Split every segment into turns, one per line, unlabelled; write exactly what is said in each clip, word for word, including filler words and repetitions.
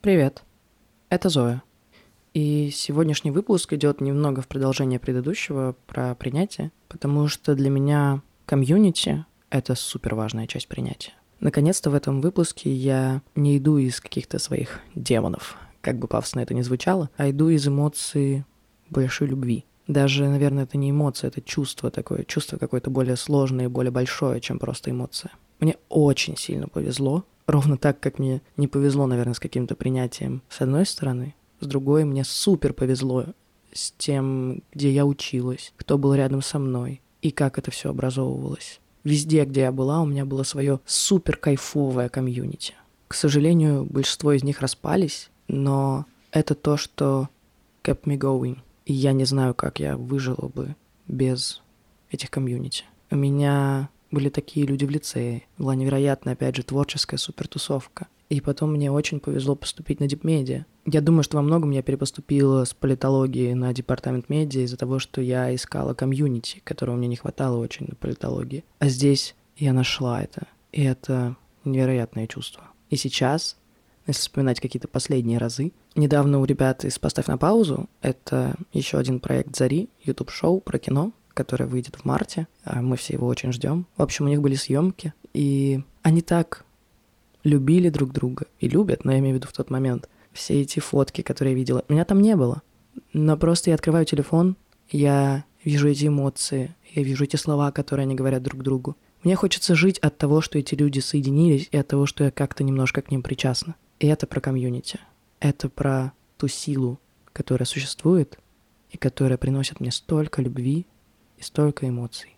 Привет, это Зоя. И сегодняшний выпуск идет немного в продолжение предыдущего про принятие, потому что для меня комьюнити — это супер важная часть принятия. Наконец-то в этом выпуске я не иду из каких-то своих демонов, как бы пафосно это ни звучало, а иду из эмоций большой любви. Даже, наверное, это не эмоция, это чувство такое, чувство какое-то более сложное и более большое, чем просто эмоция. Мне очень сильно повезло, ровно так, как мне не повезло, наверное, с каким-то принятием с одной стороны, с другой мне супер повезло с тем, где я училась, кто был рядом со мной и как это все образовывалось. Везде, где я была, у меня было свое супер кайфовое комьюнити. К сожалению, большинство из них распались, но это то, что kept me going. И я не знаю, как я выжила бы без этих комьюнити. У меня были такие люди в лицее. Была невероятная, опять же, творческая супертусовка. И потом мне очень повезло поступить на дипмедиа. Я думаю, что во многом я перепоступила с политологии на департамент медиа из-за того, что я искала комьюнити, которого мне не хватало очень на политологии. А здесь я нашла это. И это невероятное чувство. И сейчас, если вспоминать какие-то последние разы, недавно у ребят из «Поставь на паузу», это еще один проект «Зари», YouTube-шоу про кино, которое выйдет в марте. Мы все его очень ждем. В общем, у них были съемки, и они так любили друг друга и любят, но я имею в виду в тот момент. Все эти фотки, которые я видела, меня там не было. Но просто я открываю телефон, я вижу эти эмоции, я вижу эти слова, которые они говорят друг другу. Мне хочется жить от того, что эти люди соединились, и от того, что я как-то немножко к ним причастна. И это про комьюнити. Это про ту силу, которая существует и которая приносит мне столько любви и столько эмоций.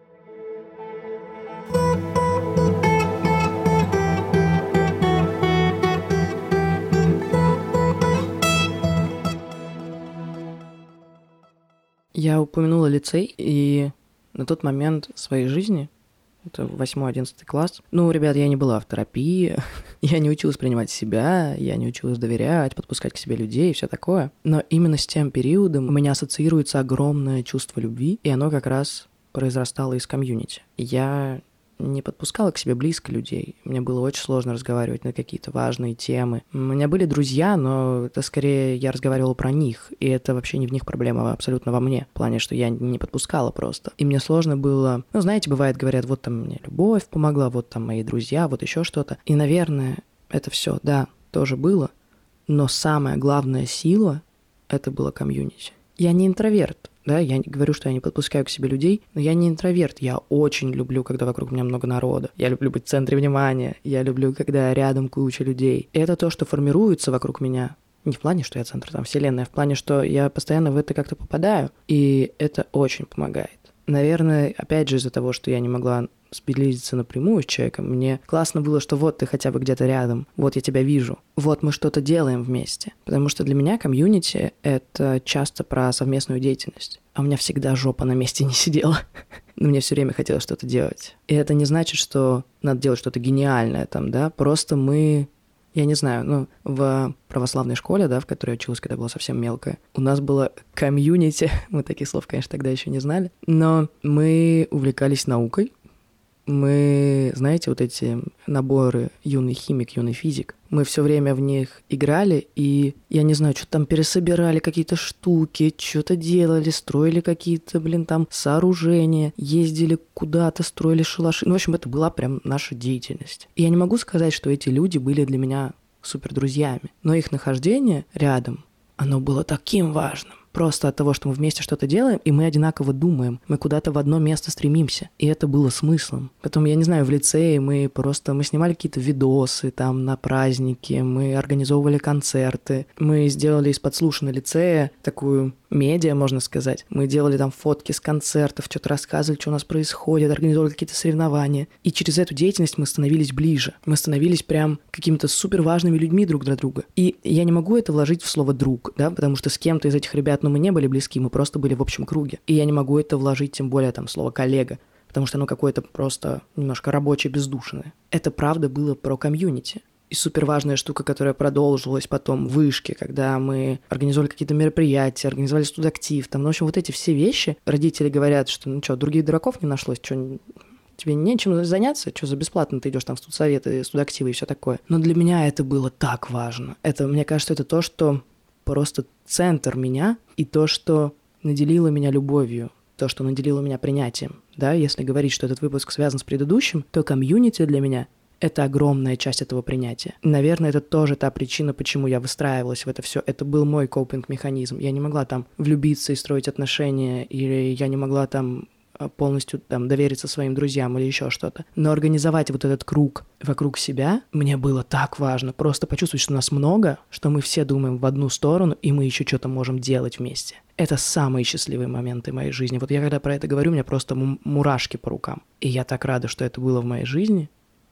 Я упомянула лицей, и на тот момент своей жизни, это восьмой-одиннадцатый класс, ну, ребят, я не была в терапии, я не училась принимать себя, я не училась доверять, подпускать к себе людей и все такое. Но именно с тем периодом у меня ассоциируется огромное чувство любви, и оно как раз произрастало из комьюнити. Я не подпускала к себе близко людей. Мне было очень сложно разговаривать на какие-то важные темы. У меня были друзья, но это скорее я разговаривала про них, и это вообще не в них проблема, а абсолютно во мне. В плане, что я не подпускала просто. И мне сложно было... Ну, знаете, бывает, говорят, вот там мне любовь помогла, вот там мои друзья, вот еще что-то. И, наверное, это все, да, тоже было. Но самая главная сила — это было комьюнити. Я не интроверт, да, я не говорю, что я не подпускаю к себе людей, но я не интроверт, я очень люблю, когда вокруг меня много народа, я люблю быть в центре внимания, я люблю, когда рядом куча людей. И это то, что формируется вокруг меня, не в плане, что я центр там вселенной, а в плане, что я постоянно в это как-то попадаю, и это очень помогает. Наверное, опять же, из-за того, что я не могла сблизиться напрямую с человеком, мне классно было, что вот ты хотя бы где-то рядом, вот я тебя вижу, вот мы что-то делаем вместе. Потому что для меня комьюнити — это часто про совместную деятельность. А у меня всегда жопа на месте не сидела. Но мне все время хотелось что-то делать. И это не значит, что надо делать что-то гениальное там, да, просто мы... Я не знаю, ну, в православной школе, да, в которой я училась, когда была совсем мелкая, у нас было комьюнити, мы таких слов, конечно, тогда еще не знали, но мы увлекались наукой. Мы, знаете, вот эти наборы «Юный химик», «Юный физик», мы все время в них играли, и, я не знаю, что-то там пересобирали какие-то штуки, что-то делали, строили какие-то, блин, там сооружения, ездили куда-то, строили шалаши. Ну, в общем, это была прям наша деятельность. И я не могу сказать, что эти люди были для меня супер друзьями, но их нахождение рядом, оно было таким важным. Просто от того, что мы вместе что-то делаем, и мы одинаково думаем. Мы куда-то в одно место стремимся. И это было смыслом. Потом, я не знаю, в лицее мы просто... Мы снимали какие-то видосы там на праздники, мы организовывали концерты. Мы сделали из подслушанной лицея такую медиа, можно сказать. Мы делали там фотки с концертов, что-то рассказывали, что у нас происходит, организовывали какие-то соревнования. И через эту деятельность мы становились ближе. Мы становились прям какими-то супер важными людьми друг для друга. И я не могу это вложить в слово «друг», да, потому что с кем-то из этих ребят, ну, мы не были близки, мы просто были в общем круге. И я не могу это вложить, тем более, там, слово «коллега», потому что оно какое-то просто немножко рабочее, бездушное. Это правда было про комьюнити. И супер важная штука, которая продолжилась потом в вышке, когда мы организовали какие-то мероприятия, организовали студактив, там, ну, в общем, вот эти все вещи. Родители говорят, что, ну что, других дураков не нашлось, что тебе нечем заняться, что за бесплатно ты идешь там в студсоветы, студактивы и все такое. Но для меня это было так важно. Это, мне кажется, это то, что просто центр меня и то, что наделило меня любовью, то, что наделило меня принятием. Да, если говорить, что этот выпуск связан с предыдущим, то комьюнити для меня — это огромная часть этого принятия. Наверное, это тоже та причина, почему я выстраивалась в это все. Это был мой копинг-механизм. Я не могла там влюбиться и строить отношения, или я не могла там полностью там довериться своим друзьям или еще что-то. Но организовать вот этот круг вокруг себя мне было так важно. Просто почувствовать, что нас много, что мы все думаем в одну сторону, и мы еще что-то можем делать вместе. Это самые счастливые моменты моей жизни. Вот я когда про это говорю, у меня просто мурашки по рукам. И я так рада, что это было в моей жизни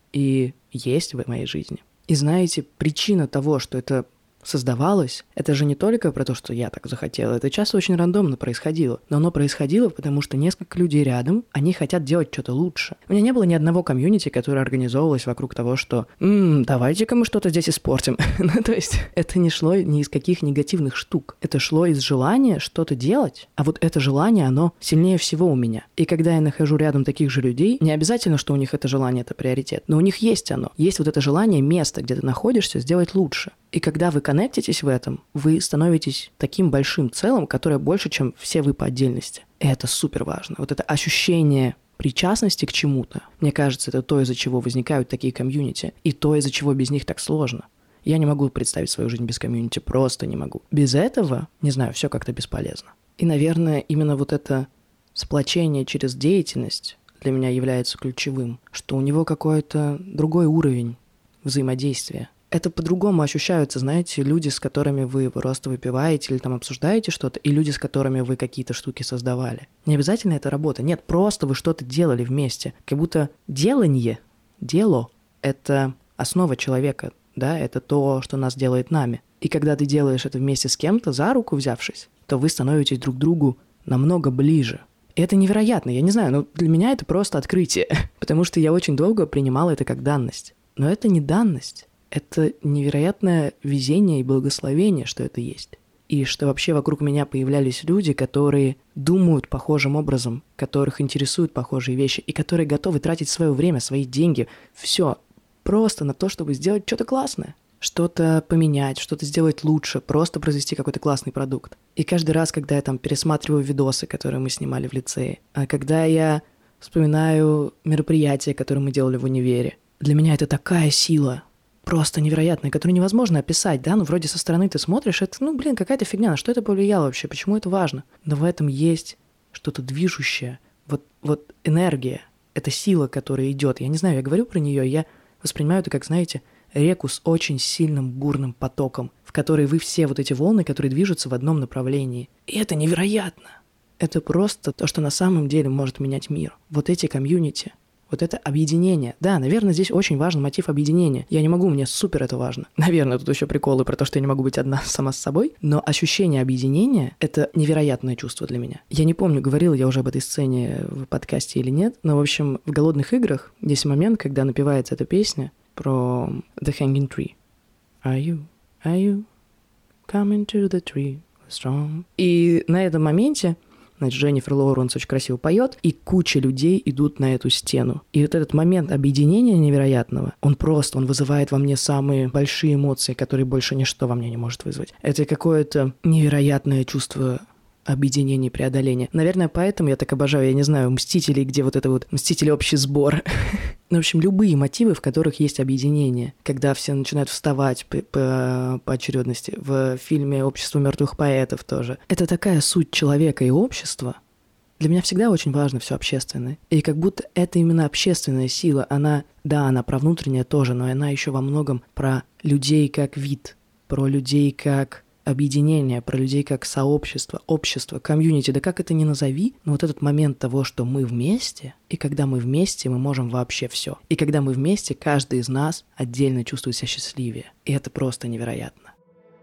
и есть в моей жизни. И знаете, причина того, что это создавалось, это же не только про то, что я так захотела. Это часто очень рандомно происходило. Но оно происходило, потому что несколько людей рядом, они хотят делать что-то лучше. У меня не было ни одного комьюнити, которое организовывалось вокруг того, что «Ммм, давайте-ка мы что-то здесь испортим». Ну, то есть это не шло ни из каких негативных штук. Это шло из желания что-то делать. А вот это желание, оно сильнее всего у меня. И когда я нахожу рядом таких же людей, не обязательно, что у них это желание, это приоритет, но у них есть оно. Есть вот это желание, место, где ты находишься, сделать лучше. И когда вы коннектитесь в этом, вы становитесь таким большим целым, которое больше, чем все вы по отдельности. И это супер важно. Вот это ощущение причастности к чему-то, мне кажется, это то, из-за чего возникают такие комьюнити, и то, из-за чего без них так сложно. Я не могу представить свою жизнь без комьюнити, просто не могу. Без этого, не знаю, все как-то бесполезно. И, наверное, именно вот это сплочение через деятельность для меня является ключевым, что у него какой-то другой уровень взаимодействия. Это по-другому ощущаются, знаете, люди, с которыми вы просто выпиваете или там обсуждаете что-то, и люди, с которыми вы какие-то штуки создавали. Не обязательно это работа. Нет, просто вы что-то делали вместе. Как будто деланье, дело — это основа человека, да, это то, что нас делает нами. И когда ты делаешь это вместе с кем-то, за руку взявшись, то вы становитесь друг другу намного ближе. И это невероятно, я не знаю, но для меня это просто открытие, потому что я очень долго принимала это как данность. Но это не данность. Это невероятное везение и благословение, что это есть. И что вообще вокруг меня появлялись люди, которые думают похожим образом, которых интересуют похожие вещи, и которые готовы тратить свое время, свои деньги, все просто на то, чтобы сделать что-то классное. Что-то поменять, что-то сделать лучше, просто произвести какой-то классный продукт. И каждый раз, когда я там пересматриваю видосы, которые мы снимали в лицее, а когда я вспоминаю мероприятия, которые мы делали в универе, для меня это такая сила, просто невероятная, которую невозможно описать, да, ну вроде со стороны ты смотришь, это, ну, блин, какая-то фигня, на что это повлияло вообще, почему это важно? Но в этом есть что-то движущее, вот, вот энергия, это сила, которая идет. Я не знаю, я говорю про нее, я воспринимаю это как, знаете, реку с очень сильным бурным потоком, в которой вы все вот эти волны, которые движутся в одном направлении. И это невероятно. Это просто то, что на самом деле может менять мир. Вот эти комьюнити, вот это объединение. Да, наверное, здесь очень важен мотив объединения. Я не могу, мне супер это важно. Наверное, тут еще приколы про то, что я не могу быть одна сама с собой. Но ощущение объединения — это невероятное чувство для меня. Я не помню, говорила я уже об этой сцене в подкасте или нет, но, в общем, в «Голодных играх» есть момент, когда напевается эта песня про The Hanging Tree. Are you, are you coming to the tree strong? И на этом моменте, значит, Дженнифер Лоуренс очень красиво поет, и куча людей идут на эту стену. И вот этот момент объединения невероятного, он просто, он вызывает во мне самые большие эмоции, которые больше ничто во мне не может вызвать. Это какое-то невероятное чувство объединения, преодоления. Наверное, поэтому я так обожаю, я не знаю, «Мстителей», где вот это вот «Мстители. Общий сбор». Ну, в общем, любые мотивы, в которых есть объединение, когда все начинают вставать по, по, по очередности. В фильме «Общество мертвых поэтов» тоже. Это такая суть человека и общества. Для меня всегда очень важно все общественное. И как будто это именно общественная сила, она, да, она про внутреннее тоже, но она еще во многом про людей как вид, про людей как объединение, про людей как сообщество, общество, комьюнити, да как это ни назови, но вот этот момент того, что мы вместе, и когда мы вместе, мы можем вообще все. И когда мы вместе, каждый из нас отдельно чувствует себя счастливее. И это просто невероятно.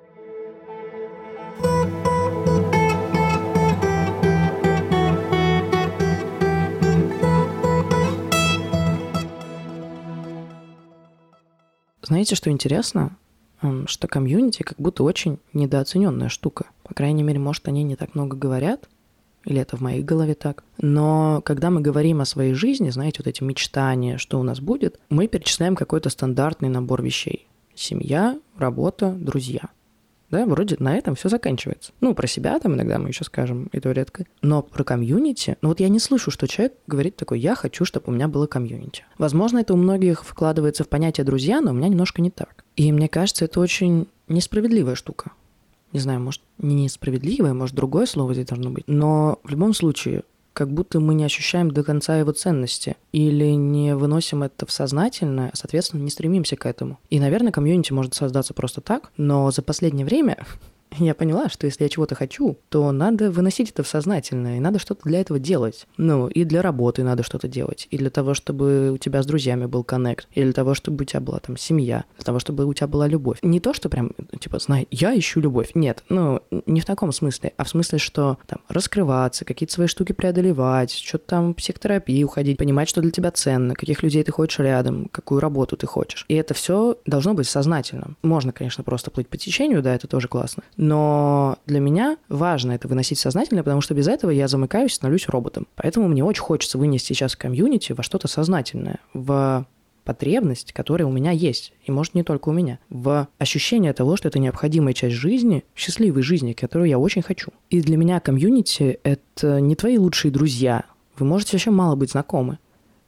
Знаете, что интересно? Что комьюнити как будто очень недооцененная штука. По крайней мере, может, они не так много говорят, или это в моей голове так. Но когда мы говорим о своей жизни, знаете, вот эти мечтания, что у нас будет, мы перечисляем какой-то стандартный набор вещей. Семья, работа, друзья. Да, вроде на этом все заканчивается. Ну, про себя там иногда мы еще скажем, и то редко. Но про комьюнити, ну вот я не слышу, что человек говорит такой: я хочу, чтобы у меня было комьюнити. Возможно, это у многих вкладывается в понятие друзья, но у меня немножко не так. И мне кажется, это очень несправедливая штука. Не знаю, может, не несправедливое, может, другое слово здесь должно быть. Но в любом случае, как будто мы не ощущаем до конца его ценности или не выносим это в сознательное, соответственно, не стремимся к этому. И, наверное, комьюнити может создаться просто так, но за последнее время я поняла, что если я чего-то хочу, то надо выносить это в сознательное, и надо что-то для этого делать. Ну, и для работы надо что-то делать, и для того, чтобы у тебя с друзьями был коннект, и для того, чтобы у тебя была там семья, для того, чтобы у тебя была любовь. Не то, что прям, типа, знай, я ищу любовь. Нет, ну, не в таком смысле, а в смысле, что там раскрываться, какие-то свои штуки преодолевать, что-то там в психотерапию ходить, понимать, что для тебя ценно, каких людей ты хочешь рядом, какую работу ты хочешь. И это все должно быть сознательным. Можно, конечно, просто плыть по течению, да, это тоже классно. Но для меня важно это выносить сознательно, потому что без этого я замыкаюсь, становлюсь роботом. Поэтому мне очень хочется вынести сейчас комьюнити во что-то сознательное, в потребность, которая у меня есть, и может не только у меня, в ощущение того, что это необходимая часть жизни, счастливой жизни, которую я очень хочу. И для меня комьюнити — это не твои лучшие друзья. Вы можете вообще мало быть знакомы,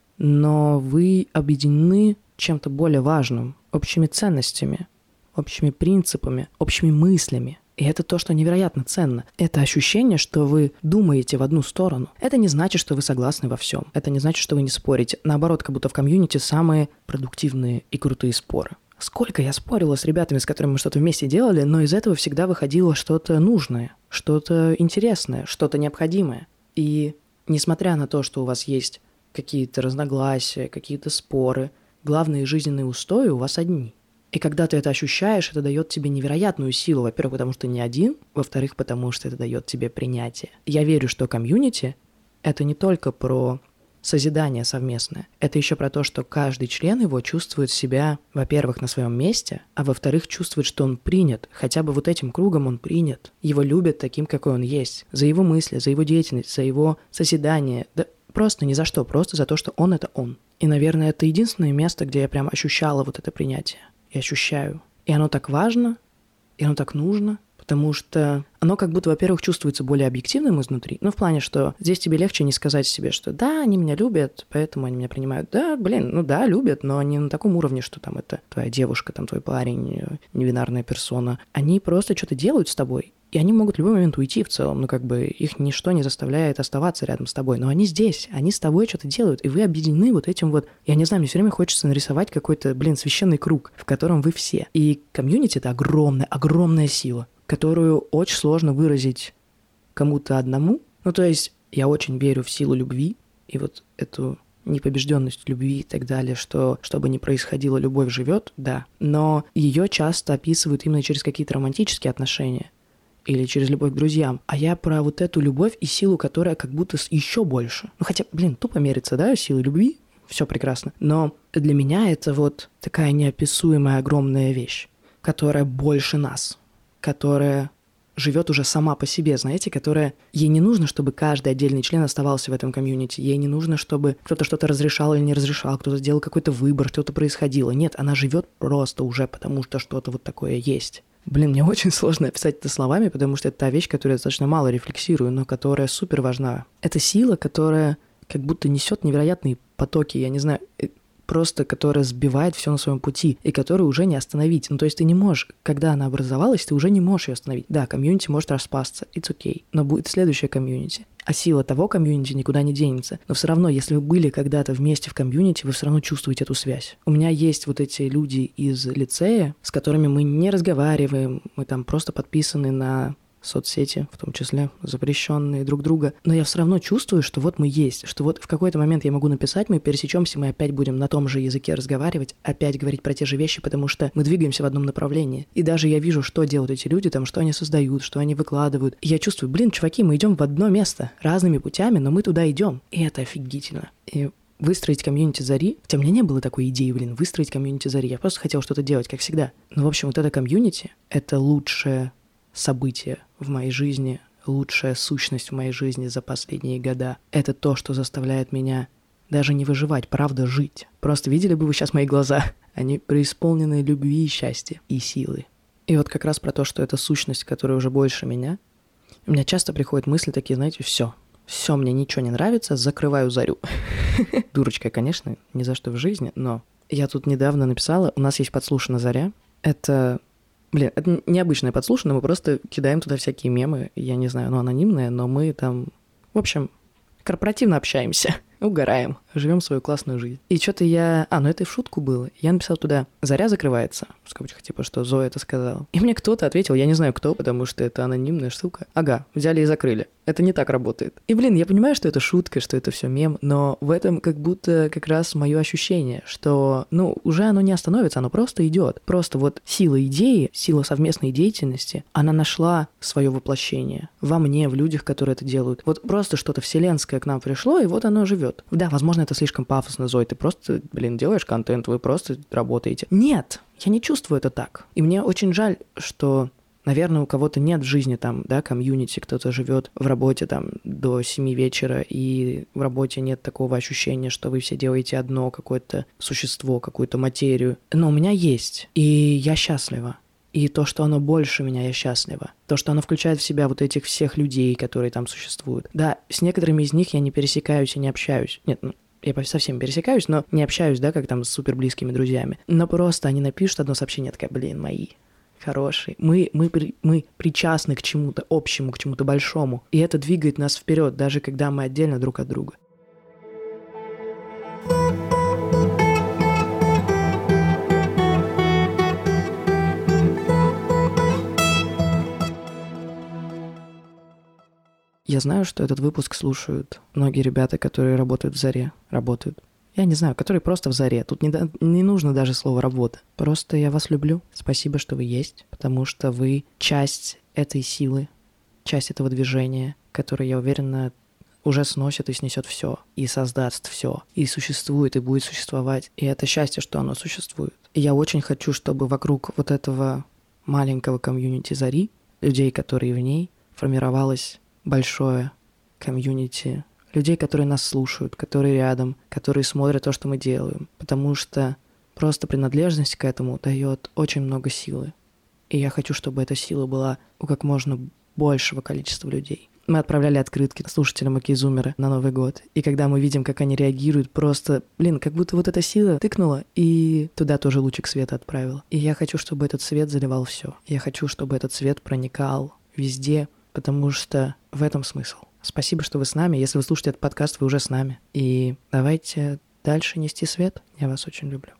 но вы объединены чем-то более важным, общими ценностями, общими принципами, общими мыслями. И это то, что невероятно ценно. Это ощущение, что вы думаете в одну сторону. Это не значит, что вы согласны во всем. Это не значит, что вы не спорите. Наоборот, как будто в комьюнити самые продуктивные и крутые споры. Сколько я спорила с ребятами, с которыми мы что-то вместе делали, но из этого всегда выходило что-то нужное, что-то интересное, что-то необходимое. И несмотря на то, что у вас есть какие-то разногласия, какие-то споры, главные жизненные устои у вас одни. И когда ты это ощущаешь, это дает тебе невероятную силу. Во-первых, потому что ты не один. Во-вторых, потому что это дает тебе принятие. Я верю, что комьюнити — это не только про созидание совместное. Это еще про то, что каждый член его чувствует себя, во-первых, на своем месте, а во-вторых, чувствует, что он принят. Хотя бы вот этим кругом он принят. Его любят таким, какой он есть. За его мысли, за его деятельность, за его созидание. Да просто ни за что. Просто за то, что он — это он. И, наверное, это единственное место, где я прям ощущала вот это принятие. И ощущаю. И оно так важно, и оно так нужно, потому что оно как будто, во-первых, чувствуется более объективным изнутри. Ну, в плане, что здесь тебе легче не сказать себе, что да, они меня любят, поэтому они меня принимают. Да, блин, ну да, любят, но не на таком уровне, что там это твоя девушка, там твой парень, невинарная персона. Они просто что-то делают с тобой, и они могут в любой момент уйти в целом, ну как бы их ничто не заставляет оставаться рядом с тобой, но они здесь, они с тобой что-то делают, и вы объединены вот этим вот, я не знаю, мне все время хочется нарисовать какой-то, блин, священный круг, в котором вы все. И комьюнити — это огромная, огромная сила, которую очень сложно выразить кому-то одному. Ну то есть я очень верю в силу любви, и вот эту непобежденность любви и так далее, что что бы ни происходило, любовь живет, да, но ее часто описывают именно через какие-то романтические отношения, или через любовь к друзьям. А я про вот эту любовь и силу, которая как будто еще больше. Ну хотя, блин, тупо мерится, да, силой любви, все прекрасно. Но для меня это вот такая неописуемая огромная вещь, которая больше нас, которая живет уже сама по себе, знаете, которая... Ей не нужно, чтобы каждый отдельный член оставался в этом комьюнити. Ей не нужно, чтобы кто-то что-то разрешал или не разрешал, кто-то сделал какой-то выбор, что-то происходило. Нет, она живет просто уже, потому что что-то вот такое есть. Блин, мне очень сложно описать это словами, потому что это та вещь, которую я достаточно мало рефлексирую, но которая супер важна. Это сила, которая как будто несет невероятные потоки, я не знаю, просто которая сбивает все на своем пути, и которую уже не остановить. Ну, то есть ты не можешь, когда она образовалась, ты уже не можешь ее остановить. Да, комьюнити может распасться, it's okay, но будет следующее комьюнити. А сила того комьюнити никуда не денется. Но все равно, если вы были когда-то вместе в комьюнити, вы все равно чувствуете эту связь. У меня есть вот эти люди из лицея, с которыми мы не разговариваем, мы там просто подписаны на соцсети, в том числе запрещенные друг друга. Но я все равно чувствую, что вот мы есть, что вот в какой-то момент я могу написать, мы пересечемся, мы опять будем на том же языке разговаривать, опять говорить про те же вещи, потому что мы двигаемся в одном направлении. И даже я вижу, что делают эти люди, там, что они создают, что они выкладывают. И я чувствую, блин, чуваки, мы идем в одно место, разными путями, но мы туда идем. И это офигительно. И выстроить комьюнити Зари, хотя у меня не было такой идеи, блин, выстроить комьюнити Зари, я просто хотел что-то делать, как всегда. Но, в общем, вот это комьюнити — это лучшее событие в моей жизни, лучшая сущность в моей жизни за последние года. Это то, что заставляет меня даже не выживать, правда, жить. Просто видели бы вы сейчас мои глаза? Они преисполнены любви и счастья, и силы. И вот как раз про то, что это сущность, которая уже больше меня, у меня часто приходят мысли такие, знаете, все, все, мне ничего не нравится, закрываю зарю. Дурочка, конечно, ни за что в жизни, но я тут недавно написала, у нас есть подслушана заря. Это, блин, это необычное подслушано, мы просто кидаем туда всякие мемы, я не знаю, оно анонимное, но мы там, в общем, корпоративно общаемся. Угораем, живем свою классную жизнь. И что-то я... А, ну это и в шутку было. Я написал туда «Заря закрывается», в скобочках, типа, что Зоя это сказала. И мне кто-то ответил, я не знаю кто, потому что это анонимная штука. Ага, взяли и закрыли. Это не так работает. И, блин, я понимаю, что это шутка, что это все мем, но в этом как будто как раз мое ощущение, что, ну, уже оно не остановится, оно просто идет. Просто вот сила идеи, сила совместной деятельности, она нашла свое воплощение во мне, в людях, которые это делают. Вот просто что-то вселенское к нам пришло, и вот оно живет. Да, возможно, это слишком пафосно, Зой, ты просто, блин, делаешь контент, вы просто работаете. Нет, я не чувствую это так. И мне очень жаль, что... Наверное, у кого-то нет в жизни там, да, комьюнити, кто-то живет в работе там до семи вечера, и в работе нет такого ощущения, что вы все делаете одно какое-то существо, какую-то материю. Но у меня есть, и я счастлива. И то, что оно больше меня, я счастлива. То, что оно включает в себя вот этих всех людей, которые там существуют. Да, с некоторыми из них я не пересекаюсь и не общаюсь. Нет, ну, я со всеми пересекаюсь, но не общаюсь, да, как там с суперблизкими друзьями. Но просто они напишут одно сообщение, такая, блин, мои... хороший. Мы, мы, мы причастны к чему-то общему, к чему-то большому. И это двигает нас вперед, даже когда мы отдельно друг от друга. Я знаю, что этот выпуск слушают многие ребята, которые работают в Заре. Работают. Я не знаю, которые просто в Заре. Тут не, да, не нужно даже слово «работа». Просто я вас люблю. Спасибо, что вы есть, потому что вы часть этой силы, часть этого движения, которое, я уверена, уже сносит и снесет все, и создаст все, и существует, и будет существовать. И это счастье, что оно существует. И я очень хочу, чтобы вокруг вот этого маленького комьюнити Зари, людей, которые в ней, формировалось большое комьюнити людей, которые нас слушают, которые рядом, которые смотрят то, что мы делаем. Потому что просто принадлежность к этому дает очень много силы. И я хочу, чтобы эта сила была у как можно большего количества людей. Мы отправляли открытки слушателям Окейзумера на Новый год. И когда мы видим, как они реагируют, просто, блин, как будто вот эта сила тыкнула и туда тоже лучик света отправила. И я хочу, чтобы этот свет заливал все. Я хочу, чтобы этот свет проникал везде, потому что в этом смысл. Спасибо, что вы с нами. Если вы слушаете этот подкаст, вы уже с нами. И давайте дальше нести свет. Я вас очень люблю.